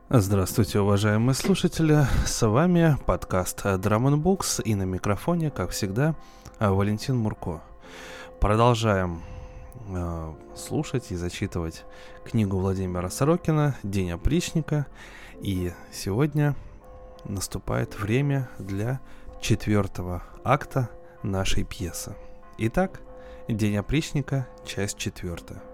Здравствуйте, уважаемые слушатели, с вами подкаст Drum & Books, и на микрофоне, как всегда, Валентин Мурко. Продолжаем слушать и зачитывать книгу Владимира Сорокина «День опричника», и сегодня наступает время для 4-го акта нашей пьесы. Итак, «День опричника», часть 4.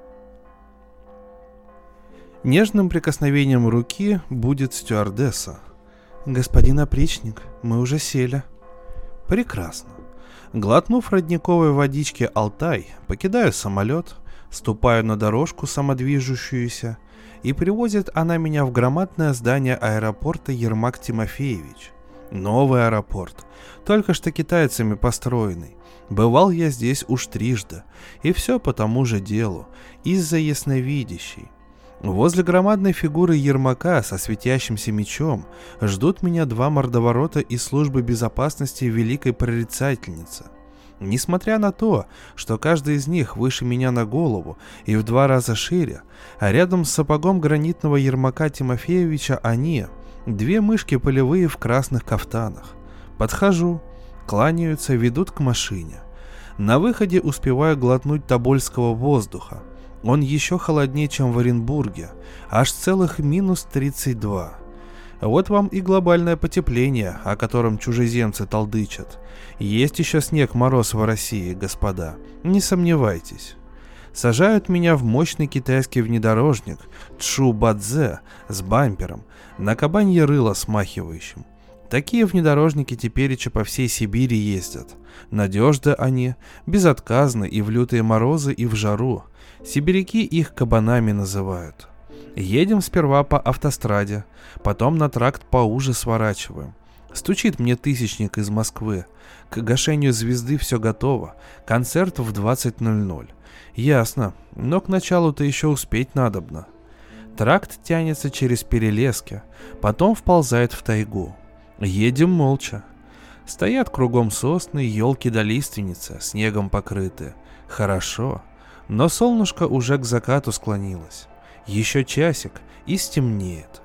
Нежным прикосновением руки будет стюардесса. «Господин опричник, мы уже сели». «Прекрасно». Глотнув родниковой водички «Алтай», покидаю самолет, ступаю на дорожку самодвижущуюся, и привозит она меня в громадное здание аэропорта Ермак Тимофеевич. Новый аэропорт, только что китайцами построенный. Бывал я здесь уж трижды, и все по тому же делу, из-за ясновидящей. Возле громадной фигуры Ермака со светящимся мечом ждут меня два мордоворота из службы безопасности великой прорицательницы. Несмотря на то, что каждый из них выше меня на голову и в 2 раза шире, а рядом с сапогом гранитного Ермака Тимофеевича они, 2 мышки полевые в красных кафтанах. Подхожу, кланяются, ведут к машине. На выходе успеваю глотнуть тобольского воздуха. Он еще холоднее, чем в Оренбурге, аж целых минус 32. Вот вам и глобальное потепление, о котором чужеземцы толдычат. Есть еще снег-мороз в России, господа, не сомневайтесь. Сажают меня в мощный китайский внедорожник Чжу-Бадзе с бампером, на кабанье рыло смахивающим. Такие внедорожники тепереча по всей Сибири ездят. Надежны они, безотказны и в лютые морозы, и в жару. Сибиряки их кабанами называют. Едем сперва по автостраде, потом на тракт поуже сворачиваем. Стучит мне тысячник из Москвы. К гашению звезды все готово. Концерт в 20:00. Ясно, но к началу-то еще успеть надобно. Тракт тянется через перелески, потом вползает в тайгу. Едем молча. Стоят кругом сосны, елки да лиственницы, снегом покрыты. Хорошо. Но солнышко уже к закату склонилось. Еще часик, и стемнеет.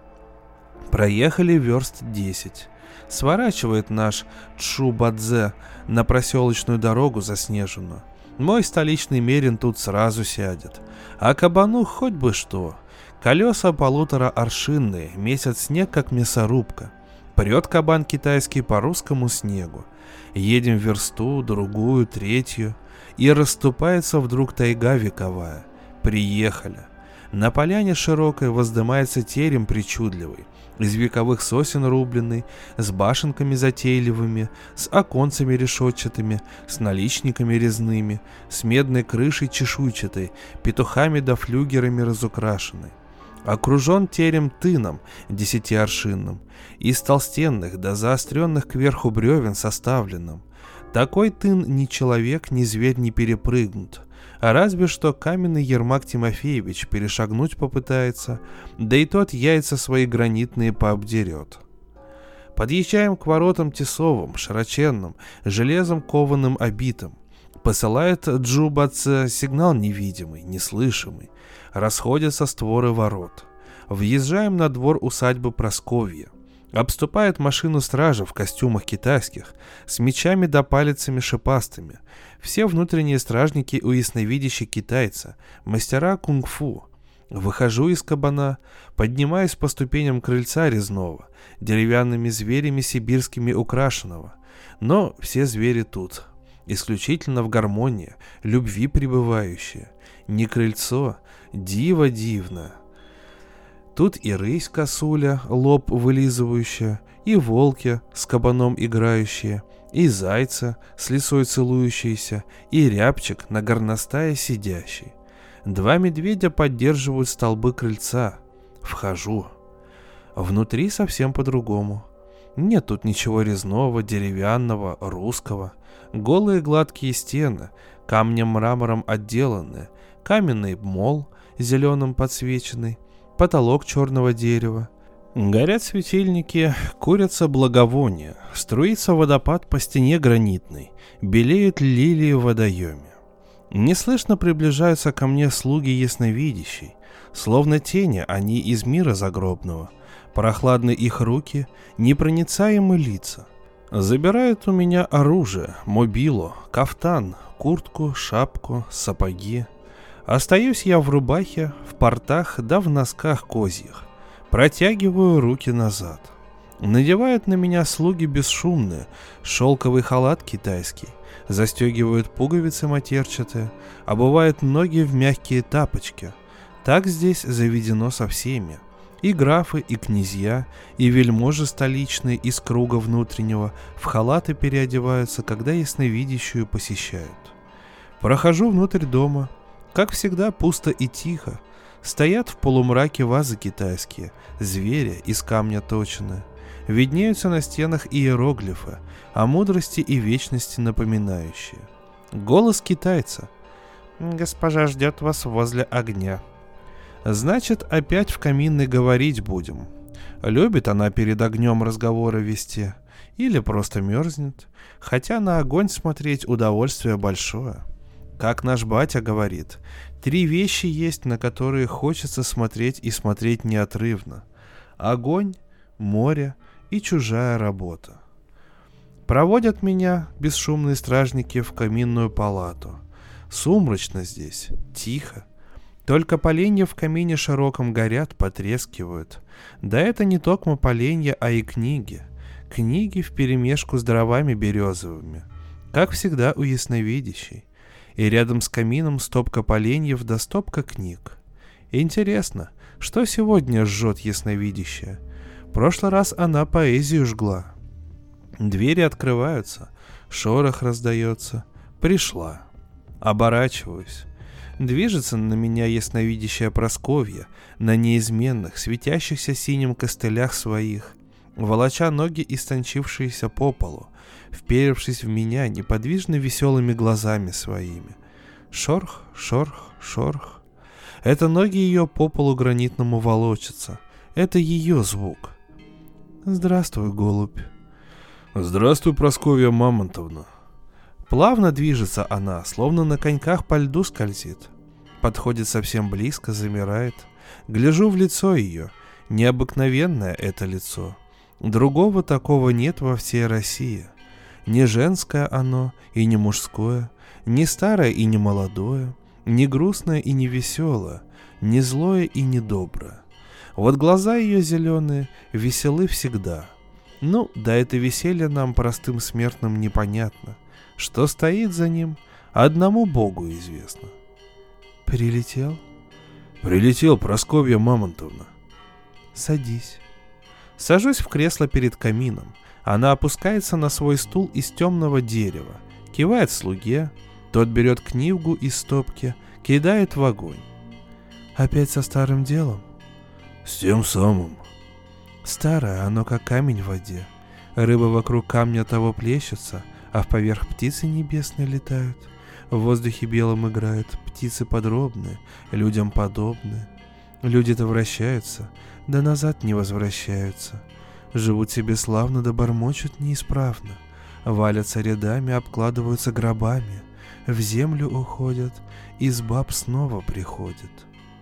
Проехали верст 10. Сворачивает наш Чжу-Бадзе на проселочную дорогу заснеженную. Мой столичный мерин тут сразу сядет. А кабану хоть бы что. Колеса 1,5-аршинные, месяц снег, как мясорубка. Прет кабан китайский по русскому снегу. Едем версту, другую, третью. И расступается вдруг тайга вековая. Приехали. На поляне широкой воздымается терем причудливый, из вековых сосен рубленный, с башенками затейливыми, с оконцами решетчатыми, с наличниками резными, с медной крышей чешуйчатой, петухами да флюгерами разукрашенной. Окружен терем тыном 10-аршинным, из толстенных да заостренных кверху бревен составленным. Такой тын ни человек, ни зверь не перепрыгнут, а разве что каменный Ермак Тимофеевич перешагнуть попытается, да и тот яйца свои гранитные пообдерет. Подъезжаем к воротам тесовым, широченным, железом кованым обитым. Посылает Чжу-Бадзе сигнал невидимый, неслышимый. Расходятся створы ворот. Въезжаем на двор усадьбы Просковья. Обступает машину стража в костюмах китайских, с мечами да палицами шипастыми. Все внутренние стражники у ясновидящей китайца, мастера кунг-фу. Выхожу из кабана, поднимаюсь по ступеням крыльца резного, деревянными зверями сибирскими украшенного. Но все звери тут, исключительно в гармонии, любви пребывающие. Не крыльцо, диво дивное. Тут и рысь косуля, лоб вылизывающая, и волки с кабаном играющие, и зайца с лисой целующиеся, и рябчик на горностае сидящий. 2 медведя поддерживают столбы крыльца. Вхожу. Внутри совсем по-другому. Нет тут ничего резного, деревянного, русского. Голые гладкие стены, камнем-мрамором отделанные, каменный мол зеленым подсвеченный, потолок черного дерева. Горят светильники, курятся благовония, струится водопад по стене гранитной, белеют лилии в водоеме. Неслышно приближаются ко мне слуги ясновидящей, словно тени они из мира загробного. Прохладны их руки, непроницаемы лица. Забирают у меня оружие, мобилу, кафтан, куртку, шапку, сапоги. Остаюсь я в рубахе, в портах да в носках козьих. Протягиваю руки назад. Надевают на меня слуги бесшумные, шелковый халат китайский, застегивают пуговицы матерчатые, обувают ноги в мягкие тапочки. Так здесь заведено со всеми. И графы, и князья, и вельможи столичные из круга внутреннего в халаты переодеваются, когда ясновидящую посещают. Прохожу внутрь дома. Как всегда, пусто и тихо. Стоят в полумраке вазы китайские, звери из камня точеные. Виднеются на стенах иероглифы, о мудрости и вечности напоминающие. Голос китайца. «Госпожа ждет вас возле огня». Значит, опять в каминной говорить будем. Любит она перед огнем разговоры вести. Или просто мерзнет. Хотя на огонь смотреть удовольствие большое. Как наш батя говорит, 3 вещи есть, на которые хочется смотреть и смотреть неотрывно. Огонь, море и чужая работа. Проводят меня бесшумные стражники в каминную палату. Сумрачно здесь, тихо. Только поленья в камине широком горят, потрескивают. Да это не токмо поленья, а и книги. Книги вперемешку с дровами березовыми. Как всегда у ясновидящей. И рядом с камином стопка поленьев да стопка книг. Интересно, что сегодня жжет ясновидящая? В прошлый раз она поэзию жгла. Двери открываются, шорох раздается. Пришла. Оборачиваюсь. Движется на меня ясновидящая Прасковья на неизменных, светящихся синим костылях своих, волоча ноги, истончившиеся по полу, вперевшись в меня неподвижно веселыми глазами своими. Шорх, шорх, шорх. Это ноги ее по полу гранитному волочатся. Это ее звук. Здравствуй, голубь. Здравствуй, Прасковья Мамонтовна. Плавно движется она, словно на коньках по льду скользит. Подходит совсем близко, замирает. Гляжу в лицо ее. Необыкновенное это лицо. Другого такого нет во всей России. Не женское оно и не мужское, не старое и не молодое, не грустное и не веселое, не злое и не доброе. Вот глаза ее зеленые веселы всегда. Ну, да это веселье нам, простым смертным, непонятно. Что стоит за ним, одному Богу известно. Прилетел? Прилетел, Прасковья Мамонтовна. Садись. Сажусь в кресло перед камином. Она опускается на свой стул из темного дерева, кивает слуге, тот берет книгу из стопки, кидает в огонь. Опять со старым делом? С тем самым. Старое, оно как камень в воде. Рыбы вокруг камня того плещутся, а в поверх птицы небесные летают. В воздухе белым играют птицы подробные, людям подобные. Люди-то вращаются, да назад не возвращаются. Живут себе славно, да бормочут неисправно. Валятся рядами, обкладываются гробами. В землю уходят, из баб снова приходят.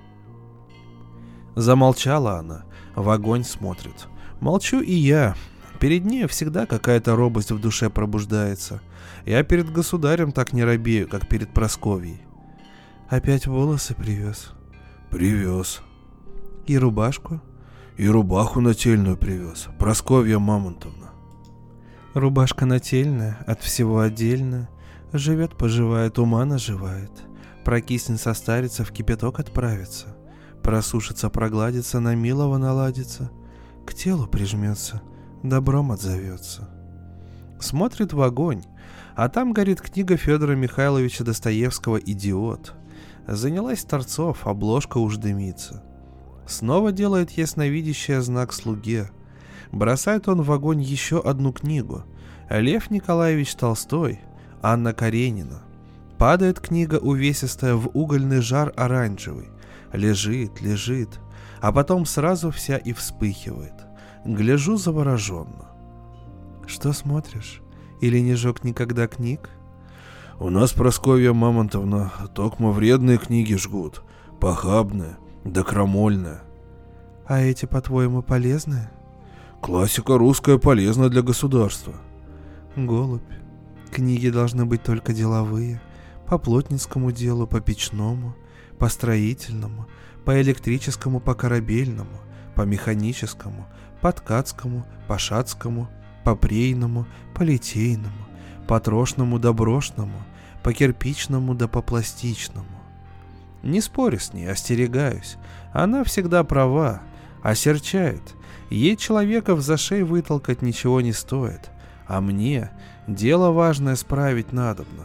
Замолчала она, в огонь смотрит. Молчу и я. Перед ней всегда какая-то робость в душе пробуждается. Я перед государем так не робею, как перед Прасковьей. Опять волосы привез? Привез. И рубашку? И рубаху нательную привез, Прасковья Мамонтовна. Рубашка нательная, от всего отдельная. Живет-поживает, ума наживает. Прокиснет, состарится, в кипяток отправится. Просушится, прогладится, на милого наладится. К телу прижмется, добром отзовется. Смотрит в огонь, а там горит книга Федора Михайловича Достоевского «Идиот». Занялась торцов, обложка уж дымится. Снова делает ясновидящая знак слуге. Бросает он в огонь еще одну книгу. Лев Николаевич Толстой, Анна Каренина. Падает книга увесистая в угольный жар оранжевый. Лежит, лежит, а потом сразу вся и вспыхивает. Гляжу завороженно. Что смотришь? Или не жег никогда книг? У нас, Прасковья Мамонтовна, токмо вредные книги жгут, похабные, да крамольные. А эти, по-твоему, полезные? Классика русская полезна для государства. Голубь, книги должны быть только деловые, по плотницкому делу, по печному, по строительному, по электрическому, по корабельному, по механическому, по ткацкому, по шацкому, по прейному, по литейному, по трошному да брошному, по кирпичному да по пластичному. Не спорю с ней, остерегаюсь. Она всегда права, осерчает. Ей человеков за шею вытолкать ничего не стоит, а мне дело важное справить надобно.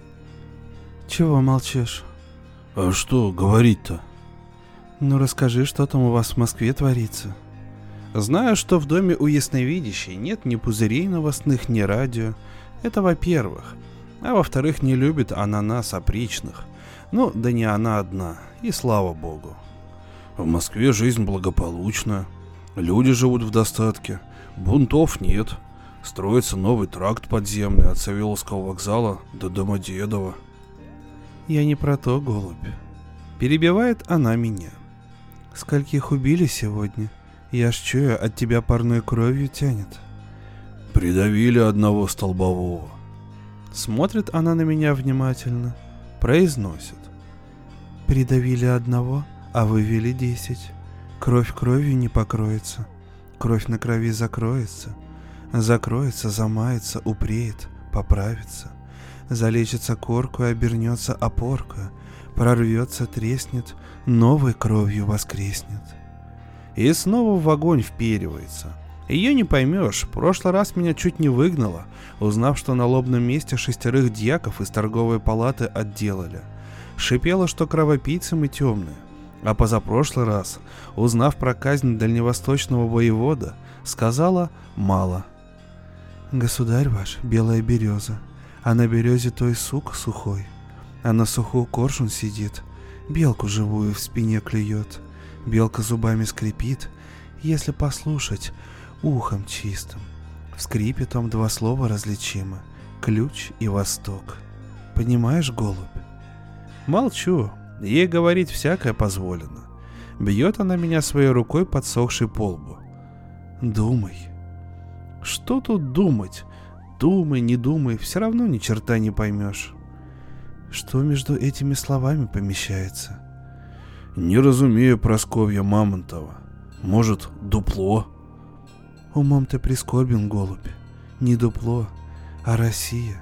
Чего молчишь? А что говорить-то? Ну расскажи, что там у вас в Москве творится. Знаю, что в доме у ясновидящей нет ни пузырей новостных, ни радио. Это во-первых. А во-вторых, не любит она нас, опричных. Ну, да не она одна, и слава богу. В Москве жизнь благополучная. Люди живут в достатке. Бунтов нет. Строится новый тракт подземный от Савеловского вокзала до Домодедово. Я не про то, голубь. Перебивает она меня. Скольких убили сегодня? Я ж чую, от тебя парной кровью тянет. Придавили одного столбового. Смотрит она на меня внимательно. Произносит. Придавили одного, а вывели 10. Кровь кровью не покроется. Кровь на крови закроется. Закроется, замается, упреет, поправится. Залечится корку и обернется опорка. Прорвется, треснет, новой кровью воскреснет. И снова в огонь вперивается. Ее не поймешь, в прошлый раз меня чуть не выгнало, узнав, что на лобном месте 6 дьяков из торговой палаты отделали. Шипела, что кровопийцы мы темные. А позапрошлый раз, узнав про казнь дальневосточного воевода, сказала мало. Государь ваш, белая береза, а на березе той сук сухой, а на суху коршун сидит, белку живую в спине клюет, белка зубами скрипит, если послушать, ухом чистым. В скрипе том 2 слова различимы — ключ и восток. Понимаешь, голубь? Молчу, ей говорить всякое позволено. Бьет она меня своей рукой, подсохшей по лбу. Думай. Что тут думать? Думай, не думай, все равно ни черта не поймешь. Что между этими словами помещается? Не разумею, Прасковья Мамонтова. Может, дупло? Умом ты прискорбен, голубь. Не дупло, а Россия.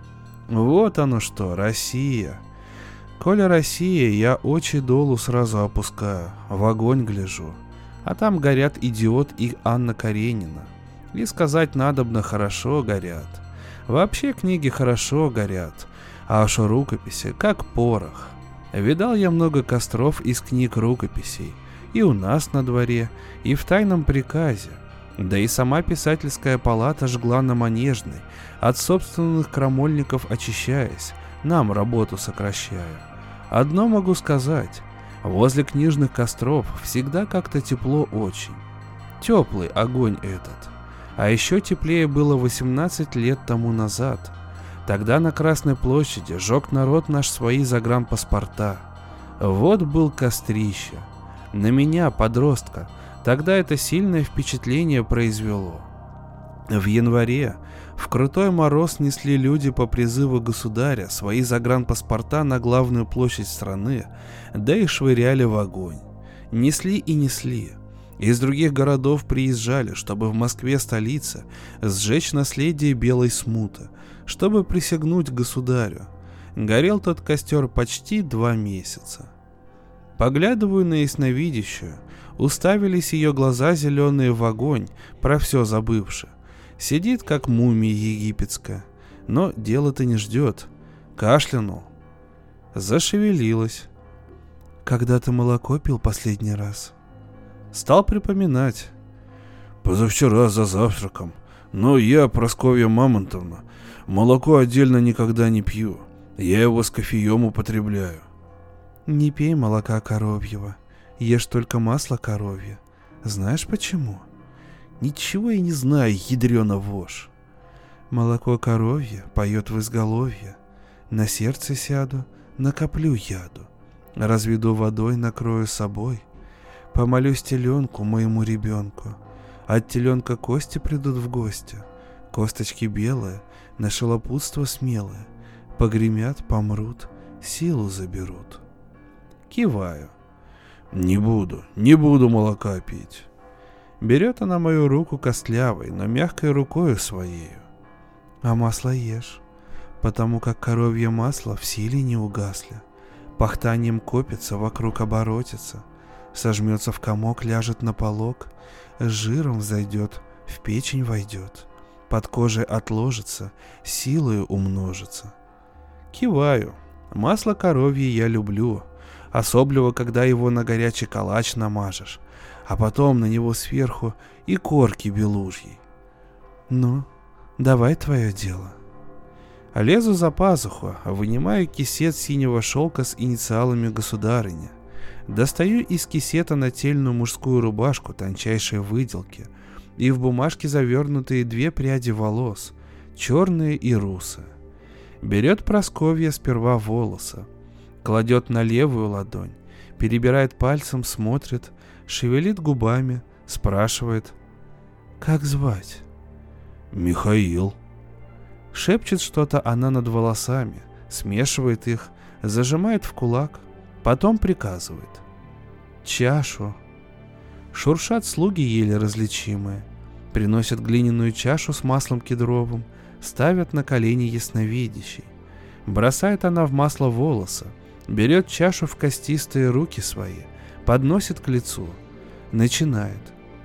Вот оно что, Россия. Коля Россия, я очи долу сразу опускаю, в огонь гляжу. А там горят идиот и Анна Каренина. И сказать надобно, хорошо горят. Вообще книги хорошо горят, а уж рукописи как порох. Видал я много костров из книг рукописей. И у нас на дворе, и в тайном приказе. Да и сама писательская палата жгла на Манежной, от собственных крамольников очищаясь, нам работу сокращая. Одно могу сказать, возле книжных костров всегда как-то тепло очень. Теплый огонь этот. А еще теплее было 18 лет тому назад. Тогда на Красной площади жег народ наш свои загранпаспорта. Вот был кострище. На меня, подростка, тогда это сильное впечатление произвело. В январе в крутой мороз несли люди по призыву государя свои загранпаспорта на главную площадь страны, да и швыряли в огонь. Несли и несли. Из других городов приезжали, чтобы в Москве, столице, сжечь наследие белой смуты, чтобы присягнуть государю. Горел тот костер почти 2 месяца. Поглядываю на ясновидящую, уставились ее глаза зеленые в огонь, про все забывши. Сидит, как мумия египетская, но дело-то не ждет. Кашлянул. Зашевелилась. Когда ты молоко пил последний раз? Стал припоминать. Позавчера за завтраком. Но я, Прасковья Мамонтовна, молоко отдельно никогда не пью. Я его с кофеем употребляю. Не пей молока коровьего, ешь только масло коровье. Знаешь почему? Ничего я не знаю, ядрёна вошь. Молоко коровье поет в изголовье. На сердце сяду, накоплю яду. Разведу водой, накрою собой. Помолюсь теленку, моему ребенку. От теленка кости придут в гости. Косточки белые, на шалопутство смелые. Погремят, помрут, силу заберут. Киваю. Не буду молока пить. Берет она мою руку костлявой, но мягкой рукою своею. А масло ешь, потому как коровье масло в силе не угасли. Пахтанием копится, вокруг оборотится. Сожмется в комок, ляжет на полок, с жиром взойдет, в печень войдет, под кожей отложится, силою умножится. Киваю. Масло коровье я люблю, особливо, когда его на горячий калач намажешь, а потом на него сверху и корки белужьей. Ну, давай твое дело. Лезу за пазуху, вынимаю кисет синего шелка с инициалами государыни. Достаю из кисета нательную мужскую рубашку тончайшей выделки и в бумажке завернутые 2 пряди волос, черные и русые. Берет Прасковья сперва волосы, кладет на левую ладонь, перебирает пальцем, смотрит, шевелит губами, спрашивает: «Как звать?» «Михаил». Шепчет что-то она над волосами, смешивает их, зажимает в кулак, потом приказывает: «Чашу». Шуршат слуги еле различимые, приносят глиняную чашу с маслом кедровым, ставят на колени ясновидящей. Бросает она в масло волосы, берет чашу в костистые руки свои, подносит к лицу, начинает: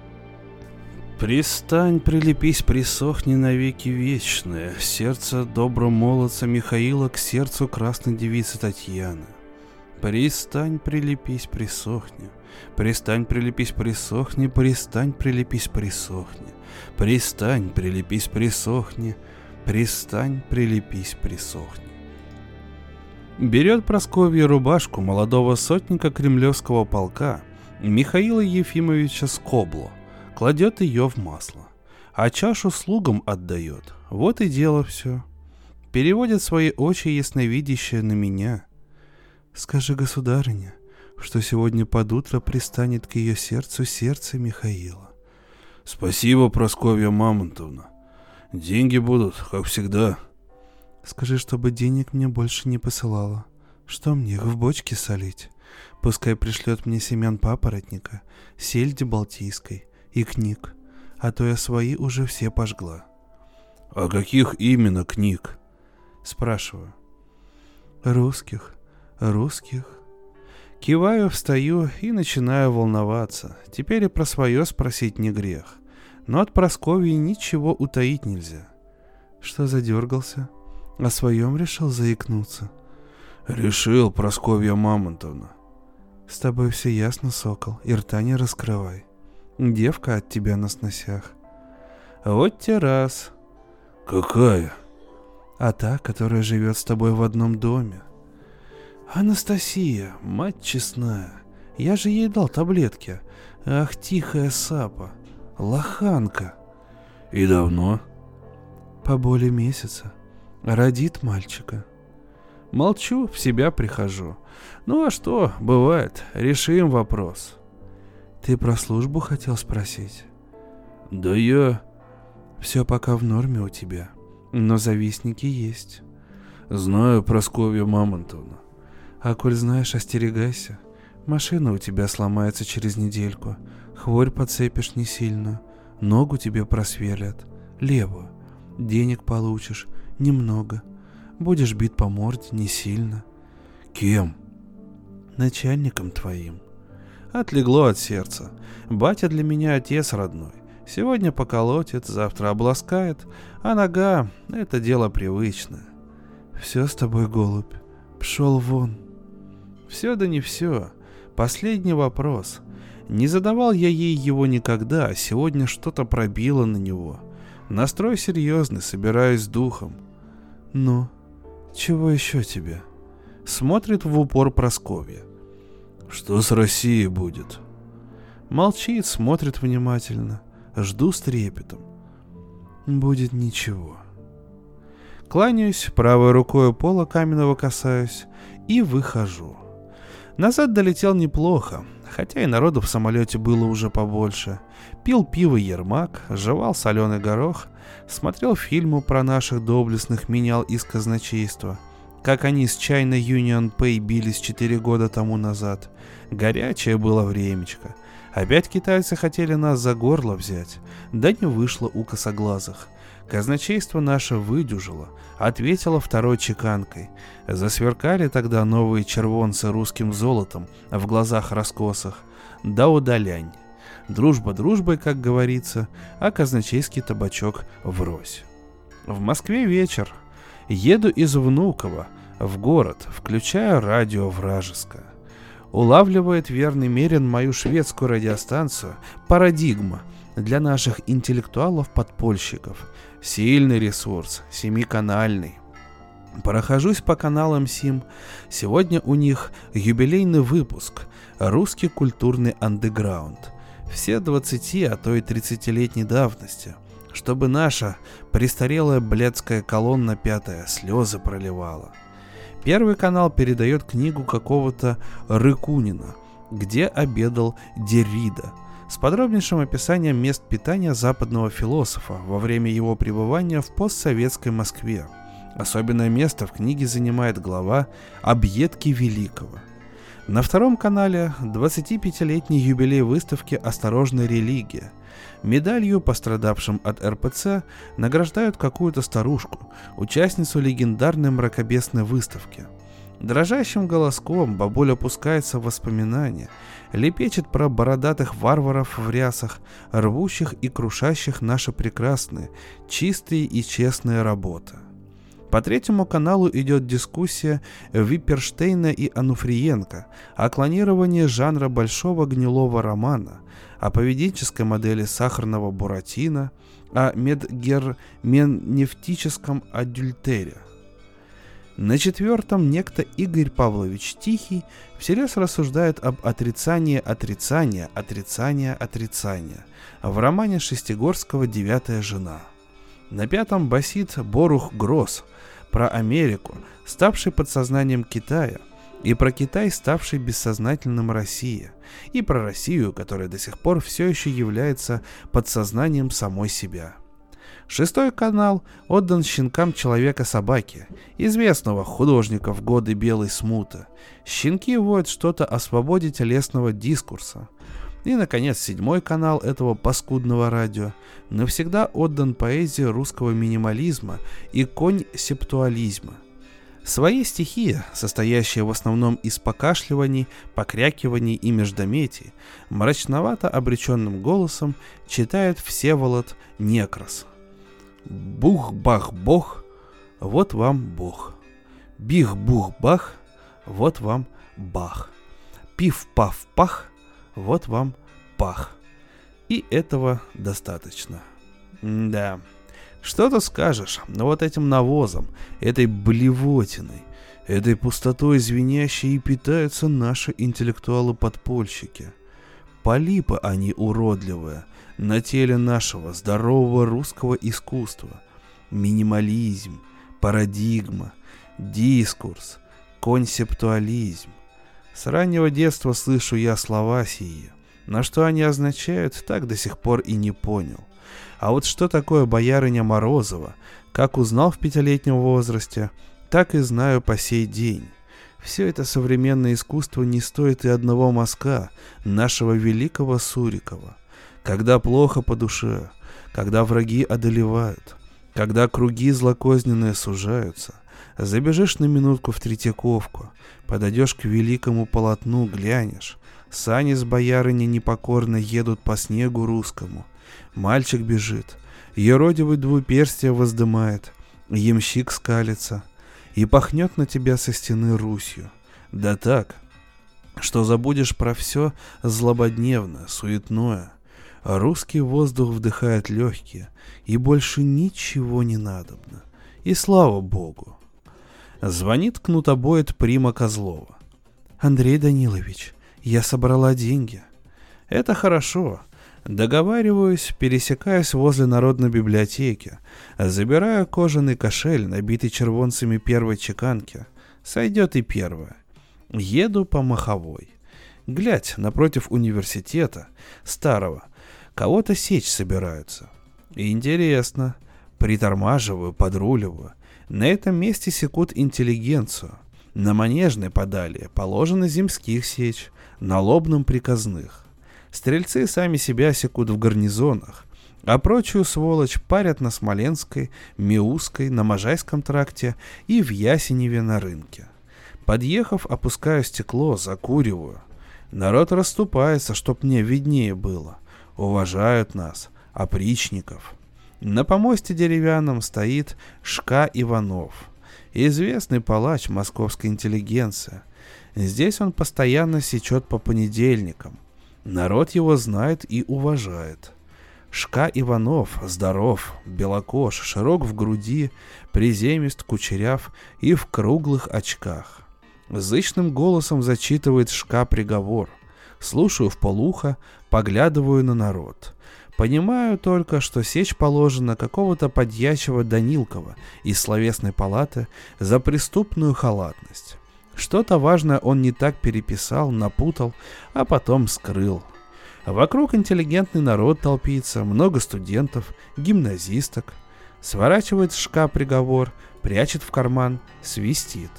«Пристань, прилепись, присохни навеки вечные, сердце доброго молодца Михаила к сердцу красной девицы Татьяны. Пристань, прилепись, присохни, пристань, прилепись, присохни, пристань, прилепись, присохни, пристань, прилепись, присохни, пристань, прилепись, присохни». Берет Прасковья рубашку молодого сотника кремлевского полка Михаила Ефимовича Скобло, кладет ее в масло, а чашу слугам отдает. Вот и дело все. Переводит свои очи ясновидящие на меня. «Скажи, государыня, что сегодня под утро пристанет к ее сердцу сердце Михаила». «Спасибо, Прасковья Мамонтовна. Деньги будут, как всегда». «Скажи, чтобы денег мне больше не посылала. Что мне их в бочке солить? Пускай пришлет мне семян папоротника, сельди балтийской и книг, а то я свои уже все пожгла». «А каких именно книг?» Спрашиваю. «Русских. Киваю, встаю и начинаю волноваться. Теперь и про свое спросить не грех. Но от Прасковьи ничего утаить нельзя. Что задергался? О своем решил заикнуться?» «Решил, Прасковья Мамонтовна». «С тобой все ясно, сокол, и рта не раскрывай. Девка от тебя на сносях». «Вот те раз». «Какая?» «А та, которая живет с тобой в одном доме». «Анастасия, мать честная, я же ей дал таблетки. Ах, тихая сапа, лоханка». «И давно?» «По более месяца. Родит мальчика». Молчу, в себя прихожу. Ну а что, бывает, решим вопрос. «Ты про службу хотел спросить?» «Да я...» «Все пока в норме у тебя, но завистники есть». «Знаю, Прасковья Мамонтовна». «А коль знаешь, остерегайся. Машина у тебя сломается через недельку, хворь подцепишь не сильно, ногу тебе просверлят, левую. Денег получишь немного, будешь бит по морде не сильно». «Кем?» «Начальником твоим». Отлегло от сердца. Батя для меня отец родной. Сегодня поколотит, завтра обласкает, а нога — это дело привычное. «Все с тобой, голубь, пшел вон». Все да не все. Последний вопрос. Не задавал я ей его никогда, а сегодня что-то пробило на него. Настрой серьезный, собираюсь с духом. «Ну, чего еще тебе?» Смотрит в упор Прасковья. «Что с Россией будет?» Молчит, смотрит внимательно. Жду с трепетом. «Будет ничего». Кланяюсь, правой рукой пола каменного касаюсь и выхожу. Назад долетел неплохо. хотя и народу в самолете было уже побольше. Пил пиво Ермак, жевал соленый горох, смотрел фильмы про наших доблестных менял из казначейства, как они с China Union Pay бились 4 года тому назад. Горячее было времечко. Опять китайцы хотели нас за горло взять, да не вышло у косоглазых. Казначейство наше выдюжило, ответило второй чеканкой. Засверкали тогда новые червонцы русским золотом в глазах раскосах. Да удалянь. Дружба дружбой, как говорится, а казначейский табачок врозь. В Москве вечер. Еду из Внуково в город, включаю радио вражеское. Улавливает верный Мерин мою шведскую радиостанцию «Парадигма» для наших интеллектуалов-подпольщиков. Сильный ресурс, 7-канальный. Прохожусь по каналам сим. Сегодня у них юбилейный выпуск «Русский культурный андеграунд». Все 20, а то и 30-летней давности. Чтобы наша престарелая блядская колонна пятая слезы проливала. Первый канал передает книгу какого-то Рыкунина, где обедал Деррида, с подробнейшим описанием мест питания западного философа во время его пребывания в постсоветской Москве. Особенное место в книге занимает глава «Объедки Великого». На втором канале 25-летний юбилей выставки «Осторожная религия». Медалью пострадавшим от РПЦ награждают какую-то старушку, участницу легендарной мракобесной выставки. Дрожащим голоском бабуля пускается в воспоминания, лепечет про бородатых варваров в рясах, рвущих и крушащих наши прекрасные, чистые и честные работы. По третьему каналу идет дискуссия Випперштейна и Ануфриенко о клонировании жанра большого гнилого романа, о поведенческой модели сахарного буратино, о медгерменевтическом адюльтере. На четвертом некто Игорь Павлович Тихий всерьез рассуждает об отрицании отрицания в романе Шестигорского «Девятая жена». На пятом басит Борух Гросс про Америку, ставший подсознанием Китая, и про Китай, ставший бессознательным России, и про Россию, которая до сих пор все еще является подсознанием самой себя. Шестой канал отдан щенкам Человека-собаки, известного художника в годы Белой смуты. Щенки воют что-то о свободе телесного дискурса. И, наконец, седьмой канал этого паскудного радио навсегда отдан поэзии русского минимализма и концептуализма. Свои стихи, состоящие в основном из покашливаний, покрякиваний и междометий, мрачновато обреченным голосом читает Всеволод Некрас. Бух-бах-бох, вот вам Бог. Бих-бух-бах, вот вам бах. Пиф-паф-пах, вот вам пах. И этого достаточно. Да. Что тут скажешь, но вот этим навозом, этой блевотиной, этой пустотой звенящей и питаются наши интеллектуалы-подпольщики. Полипы они уродливые на теле нашего здорового русского искусства. Минимализм, парадигма, дискурс, концептуализм. С раннего детства слышу я слова сии. На что они означают, так до сих пор и не понял. А вот что такое боярыня Морозова, как узнал в 5-летнем возрасте, так и знаю по сей день. Все это современное искусство не стоит и одного мазка нашего великого Сурикова. Когда плохо по душе, когда враги одолевают, когда круги злокозненные сужаются, забежишь на минутку в Третьяковку, подойдешь к великому полотну, глянешь, сани с боярыней непокорно едут по снегу русскому. Мальчик бежит, еродивый двуперстие воздымает, ямщик скалится и пахнет на тебя со стены Русью. Да так, что забудешь про все злободневное, суетное. Русский воздух вдыхает легкие, и больше ничего не надобно. И слава Богу. Звонит кнутобоид Прима Козлова. «Андрей Данилович, я собрала деньги». Это хорошо. Договариваюсь, пересекаюсь возле Народной библиотеки, забираю кожаный кошель, набитый червонцами первой чеканки. Сойдет и первая. Еду по Маховой. Глядь, напротив университета, старого, кого-то сечь собираются. И интересно, притормаживаю, подруливаю. На этом месте секут интеллигенцию. На Манежной подали положено земских сечь, на Лобном приказных. Стрельцы сами себя секут в гарнизонах, а прочую сволочь парят на Смоленской, Миусской, на Можайском тракте и в Ясеневе на рынке. Подъехав, опускаю стекло, закуриваю. Народ расступается, чтоб мне виднее было. Уважают нас, опричников. На помосте деревянном стоит Шка Иванов, известный палач московской интеллигенции. Здесь он постоянно сечет по понедельникам. Народ его знает и уважает. Шка Иванов здоров, белокож, широк в груди, приземист, кучеряв и в круглых очках. Зычным голосом зачитывает Шка приговор. Слушаю вполуха, поглядываю на народ. Понимаю только, что сечь положено какого-то подьячего Данилкова из словесной палаты за преступную халатность. Что-то важное он не так переписал, напутал, а потом скрыл. Вокруг интеллигентный народ толпится, много студентов, гимназисток. Сворачивает с Шка приговор, прячет в карман, свистит.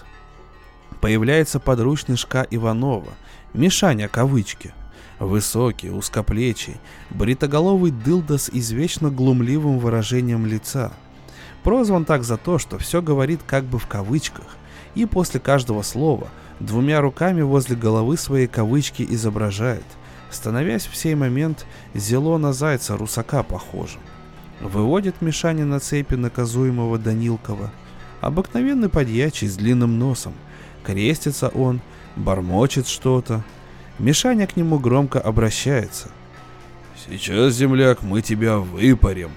Появляется подручный Шка Иванова, Мишаня кавычки. Высокий, узкоплечий, бритоголовый дылда с извечно глумливым выражением лица. Прозван так за то, что все говорит как бы в кавычках, и после каждого слова двумя руками возле головы своей кавычки изображает, становясь в сей момент зело на зайца русака похожим. Выводит Мишаня на цепи наказуемого Данилкова. Обыкновенный подьячий с длинным носом. Крестится он, бормочет что-то. Мишаня к нему громко обращается. «Сейчас, земляк, мы тебя выпарим».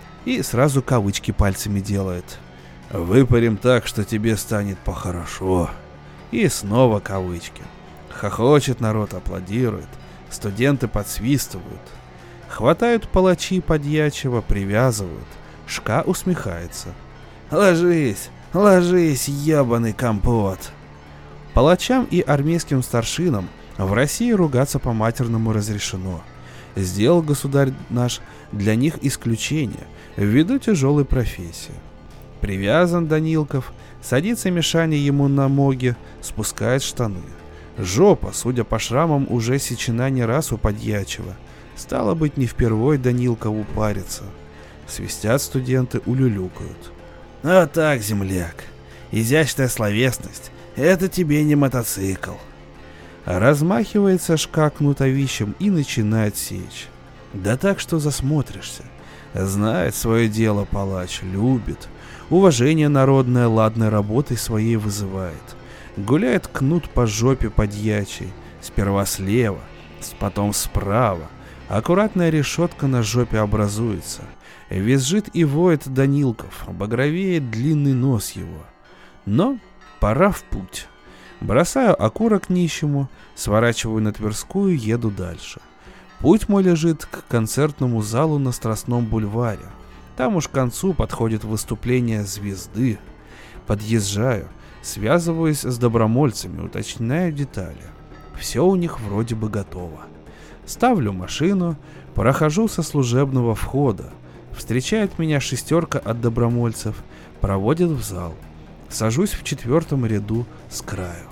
И сразу кавычки пальцами делает. «Выпарим так, что тебе станет похорошо». И снова кавычки. Хохочет народ, аплодирует. Студенты подсвистывают. Хватают палачи подьячего, привязывают. Шка усмехается. «Ложись, ложись, ебаный компот». Палачам и армейским старшинам в России ругаться по-матерному разрешено. Сделал государь наш для них исключение ввиду тяжелой профессии. Привязан Данилков, садится Мишаня ему на моги, спускает штаны. Жопа, судя по шрамам, уже сечена не раз у подьячего. Стало быть, не впервой Данилкову париться. Свистят студенты, улюлюкают. «А так, земляк, изящная словесность, это тебе не мотоцикл». Размахивается Шка кнутовищем и начинает сечь. Да так, что засмотришься. Знает свое дело палач, любит. Уважение народное ладной работой своей вызывает. Гуляет кнут по жопе подьячей. Сперва слева, потом справа. Аккуратная решетка на жопе образуется. Визжит и воет Данилков, багровеет длинный нос его. Но пора в путь. Бросаю окурок нищему, сворачиваю на Тверскую, еду дальше. Путь мой лежит к концертному залу на Страстном бульваре. Там уж к концу подходит выступление звезды. Подъезжаю, связываюсь с добромольцами, уточняю детали. Все у них вроде бы готово. Ставлю машину, прохожу со служебного входа. Встречает меня шестерка от добромольцев, проводит в зал. Сажусь в 4-м ряду с краю.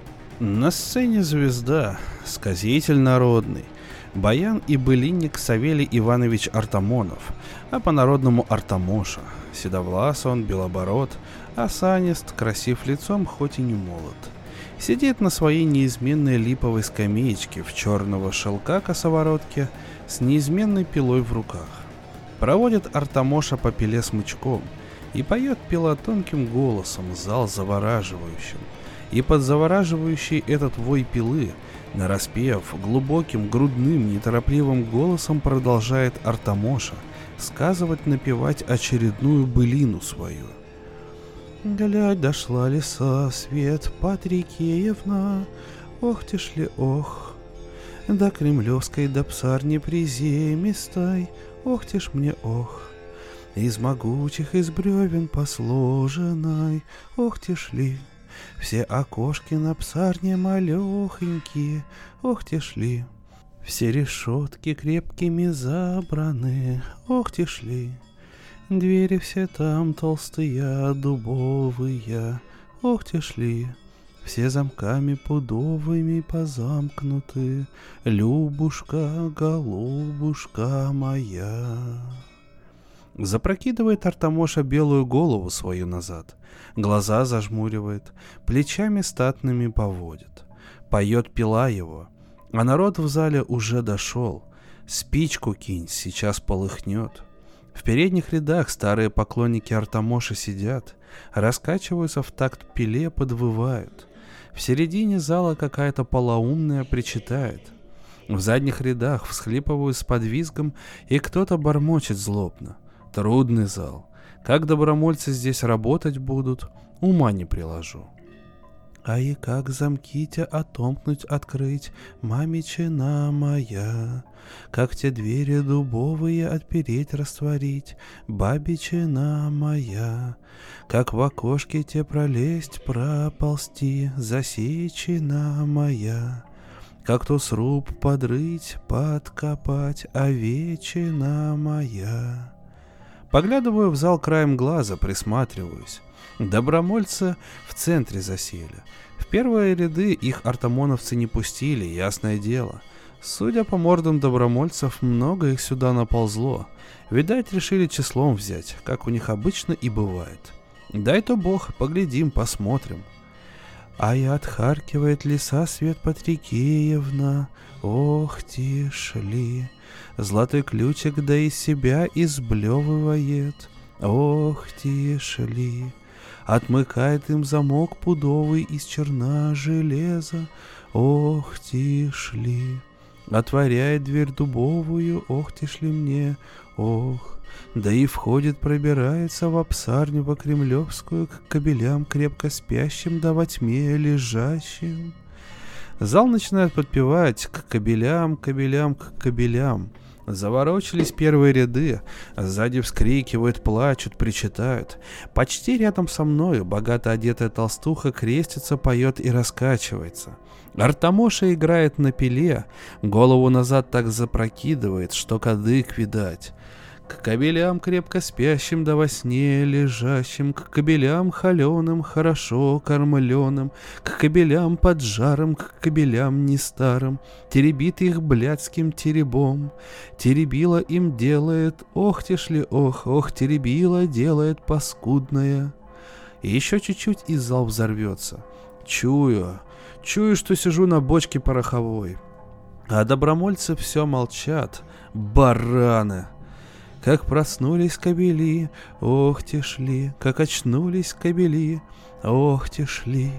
На сцене звезда, сказитель народный, баян и былинник Савелий Иванович Артамонов, а по-народному Артамоша. Седовлас он, белобород, осанист, красив лицом, хоть и не молод. Сидит на своей неизменной липовой скамеечке в черного шелка косоворотке с неизменной пилой в руках. Проводит Артамоша по пиле смычком и поет пила тонким голосом, зал завораживающим. И под завораживающий этот вой пилы, нараспев глубоким, грудным, неторопливым голосом продолжает Артамоша сказывать, напевать очередную былину свою. «Глядь, дошла лиса, свет Патрикеевна, ох ты ж ли ох, до Кремлевской, до псарни приземистой, ох ты ж мне ох, из могучих, из бревен посложенной, ох ты ж ли, Все окошки на псарне малехонькие, ох те шли. Все решетки крепкими забраны, ох те шли. Двери все там толстые, дубовые, ох те шли. Все замками пудовыми позамкнуты, Любушка, голубушка моя. Запрокидывает Артамоша белую голову свою назад, глаза зажмуривает, плечами статными поводит. Поет пила его, а народ в зале уже дошел. Спичку кинь, сейчас полыхнет. В передних рядах старые поклонники Артамоши сидят, раскачиваются в такт пиле, подвывают. В середине зала какая-то полоумная причитает. В задних рядах всхлипывают с подвизгом, и кто-то бормочет злобно. Трудный зал. Как добромольцы здесь работать будут, ума не приложу. А и как замки-те отомкнуть, открыть, мамичина моя? Как те двери дубовые отпереть, растворить, бабичина моя? Как в окошке те пролезть, проползти, засечина моя? Как то сруб подрыть, подкопать, овечина моя? Поглядываю в зал краем глаза, присматриваюсь. Добромольцы в центре засели. В первые ряды их артамоновцы не пустили, ясное дело. Судя по мордам добромольцев, много их сюда наползло. Видать, решили числом взять, как у них обычно и бывает. Дай-то бог, поглядим, посмотрим. А и отхаркивает лиса Свет Патрикеевна, ох ти шли. Золотой ключик да из себя изблевывает, ох ти шли. Отмыкает им замок пудовый из черна железа, ох ти шли. Отворяет дверь дубовую, ох ти шли мне, ох. Да и входит, пробирается в псарню по кремлевскую к кобелям крепко спящим да во тьме лежащим. Зал начинает подпевать к кобелям, кобелям, к кобелям. Заворочились первые ряды, сзади вскрикивают, плачут, причитают. Почти рядом со мною богато одетая толстуха крестится, поет и раскачивается. Артамоша играет на пиле, голову назад так запрокидывает, что кадык видать. К кобелям крепко спящим да во сне лежащим, к кобелям холеным, хорошо кормленым, к кобелям под жаром, к кобелям не старым, теребит их блядским теребом, теребила им делает, ох ти шли, ох, ох, теребила делает паскудная. И еще чуть-чуть и зал взорвется. Чую, что сижу на бочке пороховой. А добромольцы все молчат, бараны. Как проснулись кобели, ох те шли, как очнулись кобели, ох те шли.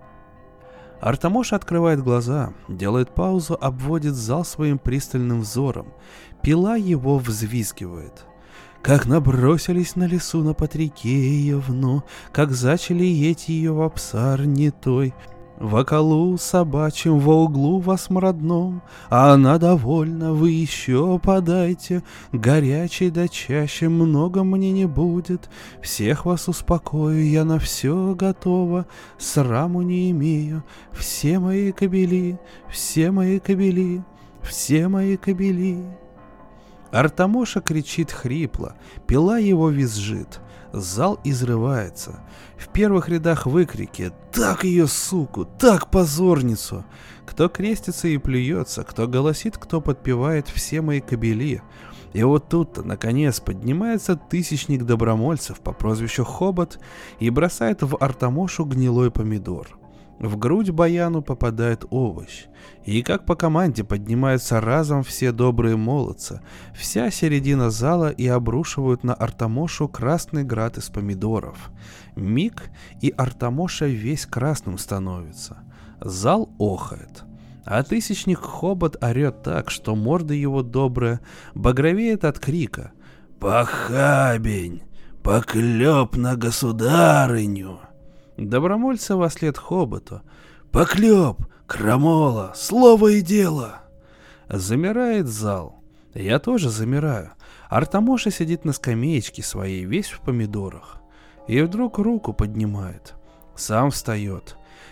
Артамоша открывает глаза, делает паузу, обводит зал своим пристальным взором. Пила его взвизгивает. Как набросились на лесу на Патрикеевну, как зачали еть ее в псарне той. В околу собачьем, во углу вас родном, а она довольна, вы еще подайте. Горячей да чаще много мне не будет, всех вас успокою, я на все готова, сраму не имею. Все мои кобели, все мои кобели, все мои кобели. Артамоша кричит хрипло, пила его визжит. Зал изрывается. В первых рядах выкрики «Так ее, суку! Так позорницу!» Кто крестится и плюется, кто голосит, кто подпевает «Все мои кобели». И вот тут-то, наконец, поднимается тысячник добромольцев по прозвищу Хобот и бросает в Артамошу гнилой помидор. В грудь баяну попадает овощ, и как по команде поднимаются разом все добрые молодцы, вся середина зала и обрушивают на Артамошу красный град из помидоров. Миг, и Артамоша весь красным становится. Зал охает. А тысячник Хобот орет так, что морда его добрая багровеет от крика «Похабень! Поклеп на государыню!» Добромольцы вослед Хоботу «Поклеп! Крамола! Слово и дело!» Замирает зал. Я тоже замираю. Артамоша сидит на скамеечке своей, весь в помидорах. И вдруг руку поднимает. Сам встает.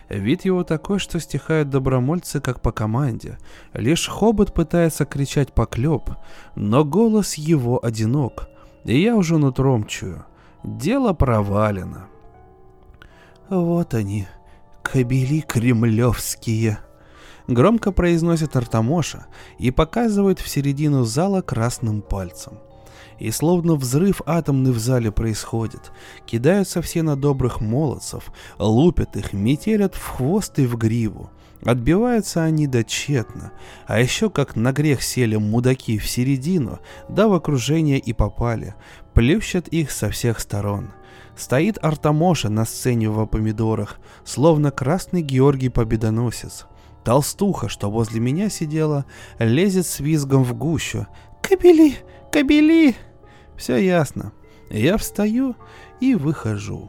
Вид его такой, что стихают добромольцы, как по команде. Лишь хобот пытается кричать поклеп, но голос его одинок. И я уже нутром чую. Дело провалено. Вот они, кобели кремлевские. Громко произносит Артамоша и показывает в середину зала красным пальцем. И словно взрыв атомный в зале происходит. Кидаются все на добрых молодцев, лупят их, метелят в хвост и в гриву. Отбиваются они тщетно, а еще как на грех сели мудаки в середину, да в окружение и попали, плющат их со всех сторон. Стоит Артамоша на сцене в помидорах, словно красный Георгий Победоносец. Толстуха, что возле меня сидела, лезет с визгом в гущу. «Кобели! Кобели!» Все ясно. Я встаю и выхожу.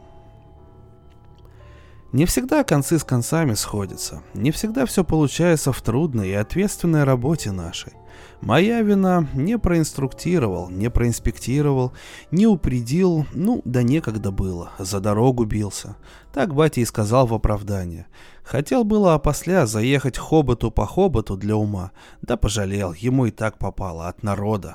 Не всегда концы с концами сходятся. Не всегда все получается в трудной и ответственной работе нашей. Моя вина: не проинструктировал, не проинспектировал, не упредил, да некогда было, за дорогу бился. Так батя и сказал в оправдание. Хотел было опосля заехать хоботу по хоботу для ума, да пожалел, ему и так попало от народа.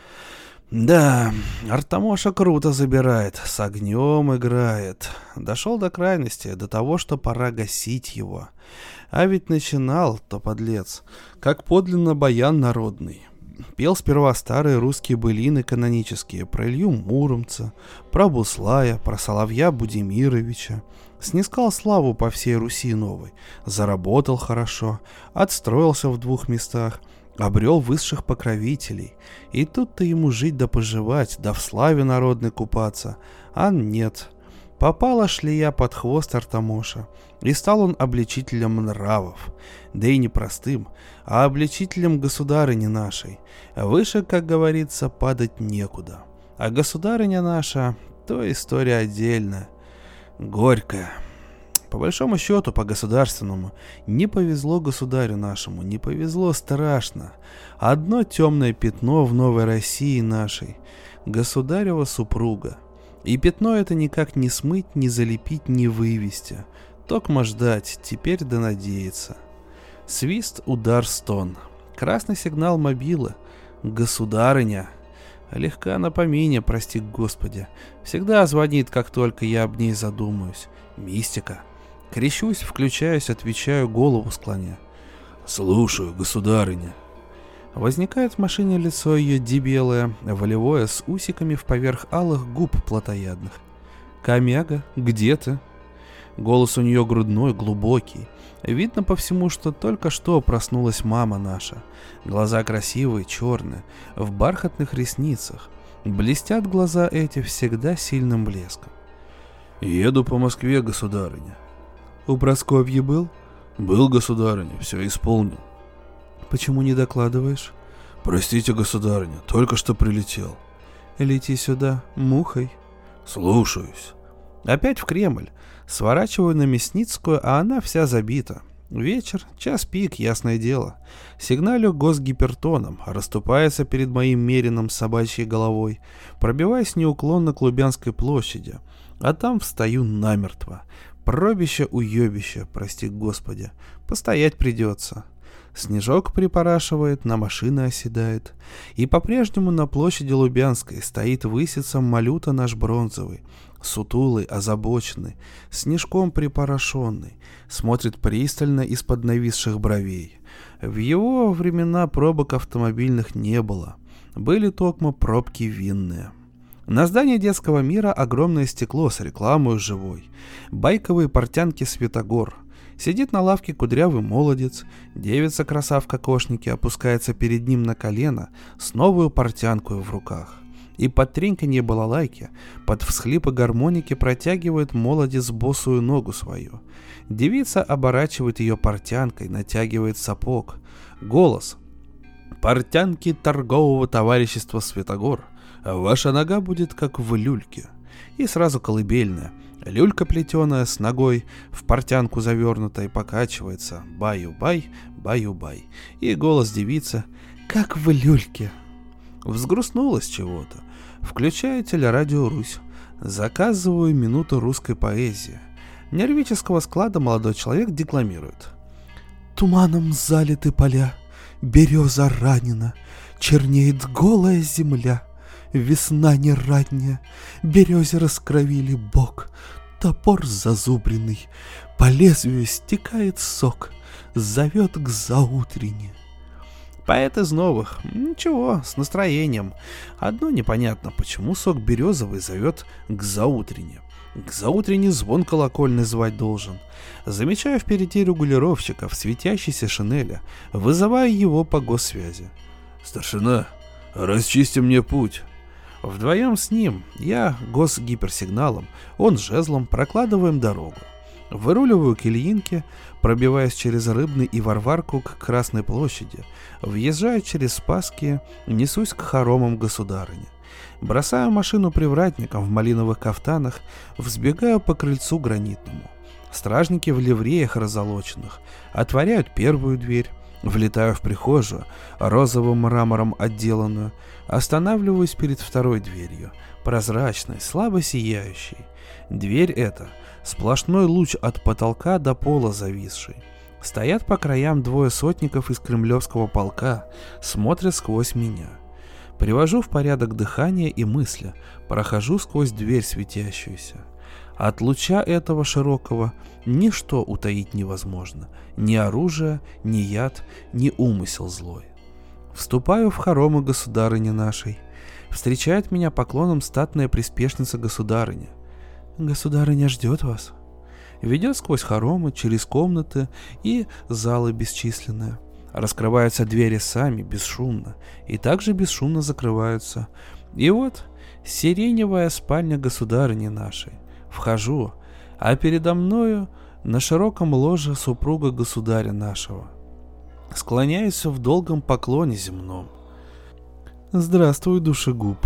Да, Артамоша круто забирает, с огнем играет. Дошел до крайности, до того, что пора гасить его. А ведь начинал-то подлец, как подлинно баян народный. Пел сперва старые русские былины канонические про Илью Муромца, про Буслая, про Соловья Будимировича. Снискал славу по всей Руси новой, заработал хорошо, отстроился в 2 местах, обрел высших покровителей. И тут-то ему жить да поживать, да в славе народной купаться. А нет. Попала шлея под хвост Артамоша, и стал он обличителем нравов. Да и не простым, а обличителем государыни нашей. Выше, как говорится, падать некуда. А государыня наша, то история отдельная. Горькая. По большому счету, по государственному, не повезло государю нашему, не повезло страшно. Одно темное пятно в новой России нашей — государева супруга. И пятно это никак не смыть, не залепить, не вывести. Токмо ждать, теперь да надеяться. Свист, удар, стон. Красный сигнал мобилы. Государыня. Легка на помине, прости Господи. Всегда звонит, как только я об ней задумаюсь. Мистика. Крещусь, включаюсь, отвечаю, голову склоня. «Слушаю, государыня». Возникает в машине лицо ее дебелое, волевое, с усиками в поверх алых губ плотоядных. «Комяга, где ты?» Голос у нее грудной, глубокий. Видно по всему, что только что проснулась мама наша. Глаза красивые, черные, в бархатных ресницах. Блестят глаза эти всегда сильным блеском. «Еду по Москве, государыня». «У Прасковьи был?» «Был, государыня, все исполнил». «Почему не докладываешь?» «Простите, государыня, только что прилетел». «Лети сюда, мухой». «Слушаюсь». Опять в Кремль. Сворачиваю на Мясницкую, а она вся забита. Вечер, час пик, ясное дело. Сигналю госгипертоном, расступается перед моим мерином собачьей головой, пробиваясь неуклонно к Лубянской площади. А там встаю намертво. Пробище-уебище, прости Господи. Постоять придется. Снежок припорашивает, на машины оседает. И по-прежнему на площади Лубянской стоит высится малюта наш бронзовый, сутулый, озабоченный, снежком припорошенный, смотрит пристально из-под нависших бровей. В его времена пробок автомобильных не было. Были токмо пробки винные. На здании детского мира огромное стекло с рекламой живой. Байковые портянки Светогор. Сидит на лавке кудрявый молодец, девица-красавка-кошники опускается перед ним на колено с новую портянкой в руках. И под треньканье балалайки, под всхлипы гармоники протягивает молодец босую ногу свою. Девица оборачивает ее портянкой, натягивает сапог. Голос. «Портянки торгового товарищества Светогор. Ваша нога будет как в люльке». И сразу колыбельная. Люлька плетеная с ногой, в портянку завернутая, покачивается. Баю-бай, баю-бай. И голос девицы. «Как в люльке». Взгрустнулась чего-то. Включаю телерадио «Русь». Заказываю минуту русской поэзии. нервического склада молодой человек декламирует. Туманом залиты поля, береза ранена, чернеет голая земля, весна не ранняя, березе раскровили бок, топор зазубренный, по лезвию стекает сок, зовет к заутренне. Поэт из новых. Ничего, с настроением. Одно непонятно, почему сок березовый зовет к заутренне. К заутренне звон колокольный звать должен. Замечаю впереди регулировщика в светящейся шинели, вызываю его по госсвязи. «Старшина, расчисти мне путь». Вдвоем с ним, я госгиперсигналом, он жезлом, прокладываем дорогу. Выруливаю к Ильинке, пробиваясь через Рыбный и Варварку к Красной площади, въезжаю через Спасские, несусь к хоромам государыни. Бросаю машину привратникам в малиновых кафтанах, взбегаю по крыльцу гранитному. Стражники в ливреях разолоченных отворяют первую дверь, влетаю в прихожую, розовым мрамором отделанную, останавливаюсь перед второй дверью, прозрачной, слабо сияющей. Дверь эта — сплошной луч от потолка до пола зависший. Стоят по краям двое сотников из кремлевского полка, смотрят сквозь меня. Привожу в порядок дыхание и мысли, прохожу сквозь дверь светящуюся. От луча этого широкого ничто утаить невозможно, ни оружие, ни яд, ни умысел злой. Вступаю в хоромы государыни нашей. Встречает меня поклоном статная приспешница государыни. «Государыня ждет вас». Ведет сквозь хоромы, через комнаты и залы бесчисленные. Раскрываются двери сами, бесшумно, и также бесшумно закрываются. И вот сиреневая спальня государыни нашей. Вхожу, а передо мною на широком ложе супруга государя нашего. Склоняюсь в долгом поклоне земном. «Здравствуй, душегуб».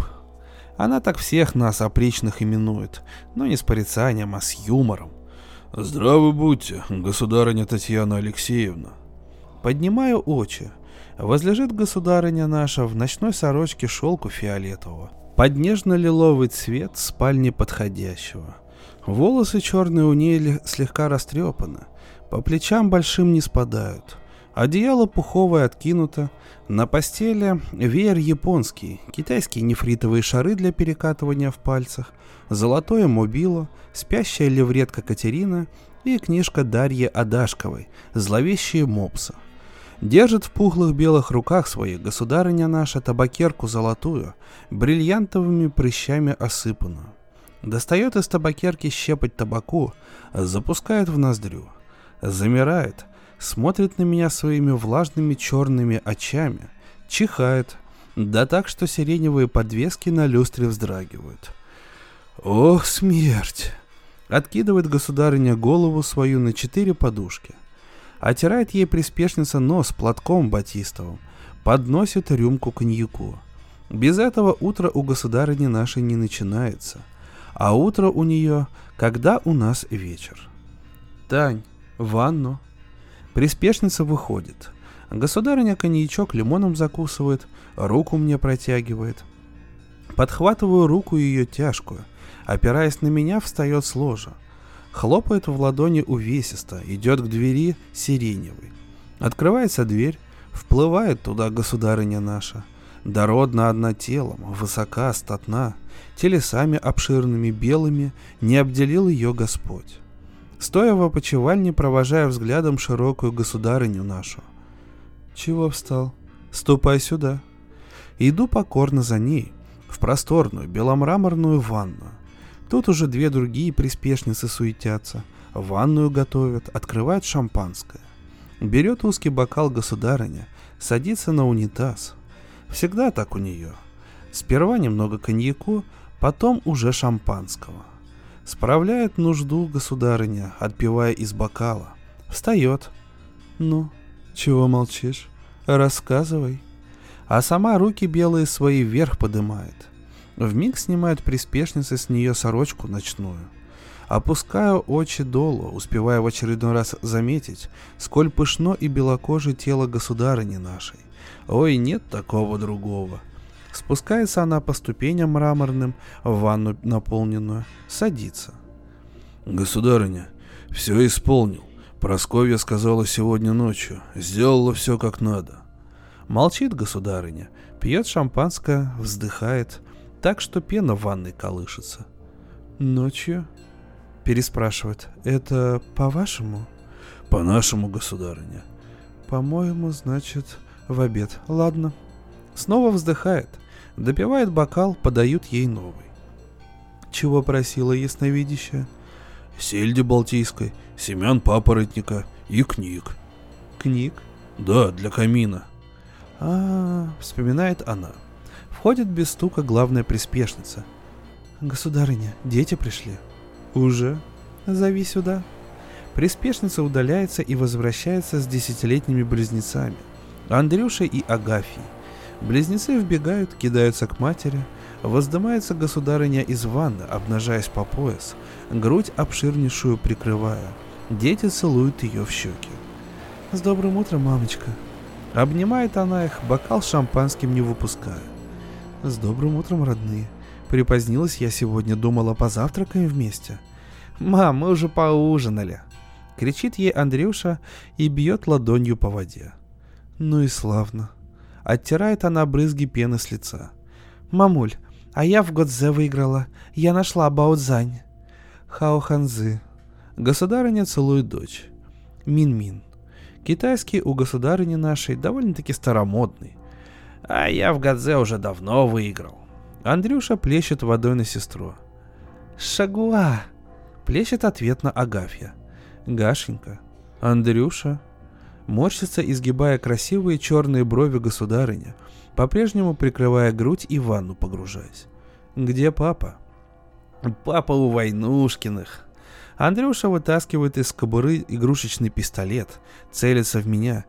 Она так всех нас опричных именует, но не с порицанием, а с юмором. «Здравы будьте, государыня Татьяна Алексеевна». Поднимаю очи. Возлежит государыня наша в ночной сорочке шелку фиолетового, под нежно-лиловый цвет спальни подходящего. Волосы черные у ней слегка растрепаны, по плечам большим не спадают. Одеяло пуховое откинуто, на постели веер японский, китайские нефритовые шары для перекатывания в пальцах, золотое мобило, спящая левретка Катерина и книжка Дарьи Адашковой «Зловещие мопсы». Держит в пухлых белых руках своих государыня наша табакерку золотую, бриллиантовыми прыщами осыпанную. Достает из табакерки щепоть табаку, запускает в ноздрю. Замирает, смотрит на меня своими влажными черными очами, чихает, да так, что сиреневые подвески на люстре вздрагивают. «Ох, смерть!» Откидывает государыня голову свою на 4 подушки. Отирает ей приспешница нос платком батистовым, подносит рюмку коньяку. Без этого утро у государыни нашей не начинается, а утро у нее, когда у нас вечер. «Тань, в ванну». Приспешница выходит. Государыня коньячок лимоном закусывает, руку мне протягивает. Подхватываю руку ее тяжкую, опираясь на меня, встает с ложа. Хлопает в ладони увесисто, идет к двери сиреневой. Открывается дверь, вплывает туда государыня наша. Дородна одна телом, высока, статна, телесами обширными белыми не обделил ее Господь. Стоя в опочивальне, провожая взглядом широкую государыню нашу. «Чего встал? Ступай сюда». Иду покорно за ней, в просторную беломраморную ванну. Тут уже 2 другие приспешницы суетятся, ванную готовят, открывают шампанское. Берет узкий бокал государыня, садится на унитаз. Всегда так у нее. Сперва немного коньяку, потом уже шампанского. Справляет нужду государыня, отпивая из бокала. Встает. «Ну, чего молчишь? Рассказывай». А сама руки белые свои вверх подымает. Вмиг снимает приспешницы с нее сорочку ночную. Опускаю очи долу, успевая в очередной раз заметить, сколь пышно и белокоже тело государыни нашей. Ой, нет такого другого. Спускается она по ступеням мраморным в ванну наполненную, садится. «Государыня, Все исполнил. Прасковья сказала сегодня ночью. Сделала все как надо. Молчит государыня, пьет шампанское, вздыхает, так что пена в ванной колышется. Ночью? Переспрашивает. Это по-вашему? По-нашему, государыня. По-моему, значит, в обед. Ладно. Снова вздыхает. Допивает бокал, подают ей новый. Чего просила ясновидящая? Сельди балтийской, семян папоротника и книг. Книг? Да, для камина. Вспоминает она. Входит без стука главная приспешница. Государыня, дети пришли. Уже? Зови сюда. Приспешница удаляется и возвращается с 10-летними близнецами, Андрюшей и Агафьей. Близнецы вбегают, кидаются к матери. Воздымается государыня из ванны, обнажаясь по пояс, грудь обширнейшую прикрывая. Дети целуют ее в щеки. «С добрым утром, мамочка!» Обнимает она их, бокал с шампанским не выпуская. «С добрым утром, родные! Припозднилась я сегодня, думала, позавтракаем вместе». «Мам, мы уже поужинали!» Кричит ей Андрюша и бьет ладонью по воде. Ну и славно. Оттирает она брызги пены с лица. «Мамуль, а я в Годзе выиграла. Я нашла Баоцзань». Хао Ханзы. Государыня целует дочь. Мин-мин. Китайский у государыни нашей довольно-таки старомодный. «А я в Годзе уже давно выиграл». Андрюша плещет водой на сестру. «Шагуа!» Плещет ответно Агафья. «Гашенька». Андрюша. Морщится, изгибая красивые черные брови государыня, по-прежнему прикрывая грудь и в ванну погружаясь. «Где папа?» «Папа у Войнушкиных». Андрюша вытаскивает из кобуры игрушечный пистолет, целится в меня.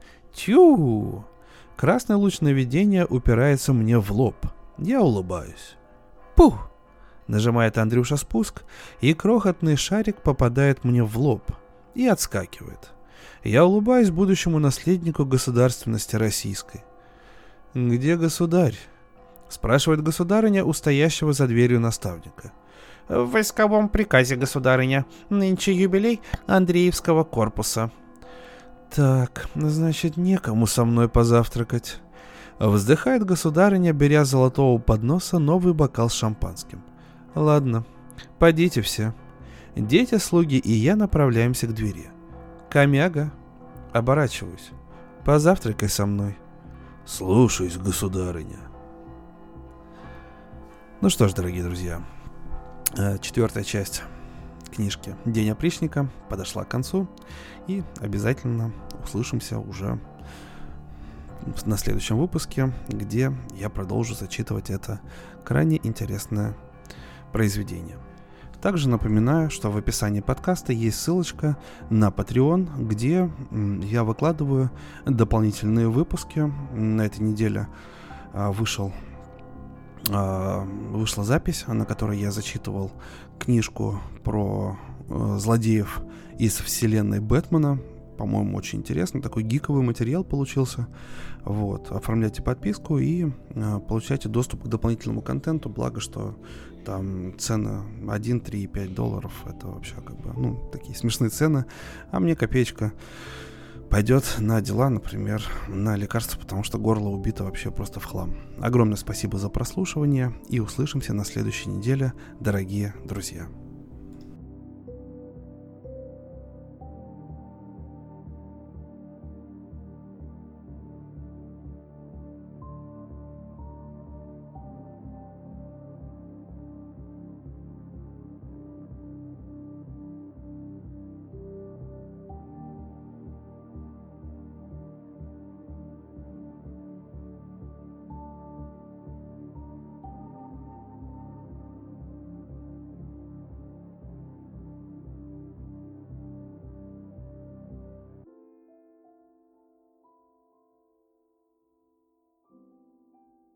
Тю! Красный луч наведения упирается мне в лоб. Я улыбаюсь. Пух! Нажимает Андрюша спуск, и крохотный шарик попадает мне в лоб и отскакивает. Я улыбаюсь будущему наследнику государственности российской. «Где государь?» Спрашивает государыня у стоящего за дверью наставника. «В войсковом приказе, государыня. Нынче юбилей Андреевского корпуса». «Так, значит, некому со мной позавтракать». Вздыхает государыня, беря с золотого подноса новый бокал с шампанским. «Ладно, подите все». Дети, слуги и я направляемся к двери. «Камяга». Оборачиваюсь. «Позавтракай со мной». «Слушаюсь, государыня». Ну что ж, дорогие друзья, 4-я часть книжки «День опричника» подошла к концу. И обязательно услышимся уже на следующем выпуске, где я продолжу зачитывать это крайне интересное произведение. Также напоминаю, что в описании подкаста есть ссылочка на Patreon, где я выкладываю дополнительные выпуски. На этой неделе вышла запись, на которой я зачитывал книжку про злодеев из вселенной Бэтмена. По-моему, очень интересно. Такой гиковый материал получился. Вот. Оформляйте подписку и получайте доступ к дополнительному контенту. Благо, что там цены 1, 3 и 5 долларов. Это вообще как бы, такие смешные цены. А мне копеечка пойдет на дела, например, на лекарства, потому что горло убито вообще просто в хлам. Огромное спасибо за прослушивание и услышимся на следующей неделе, дорогие друзья.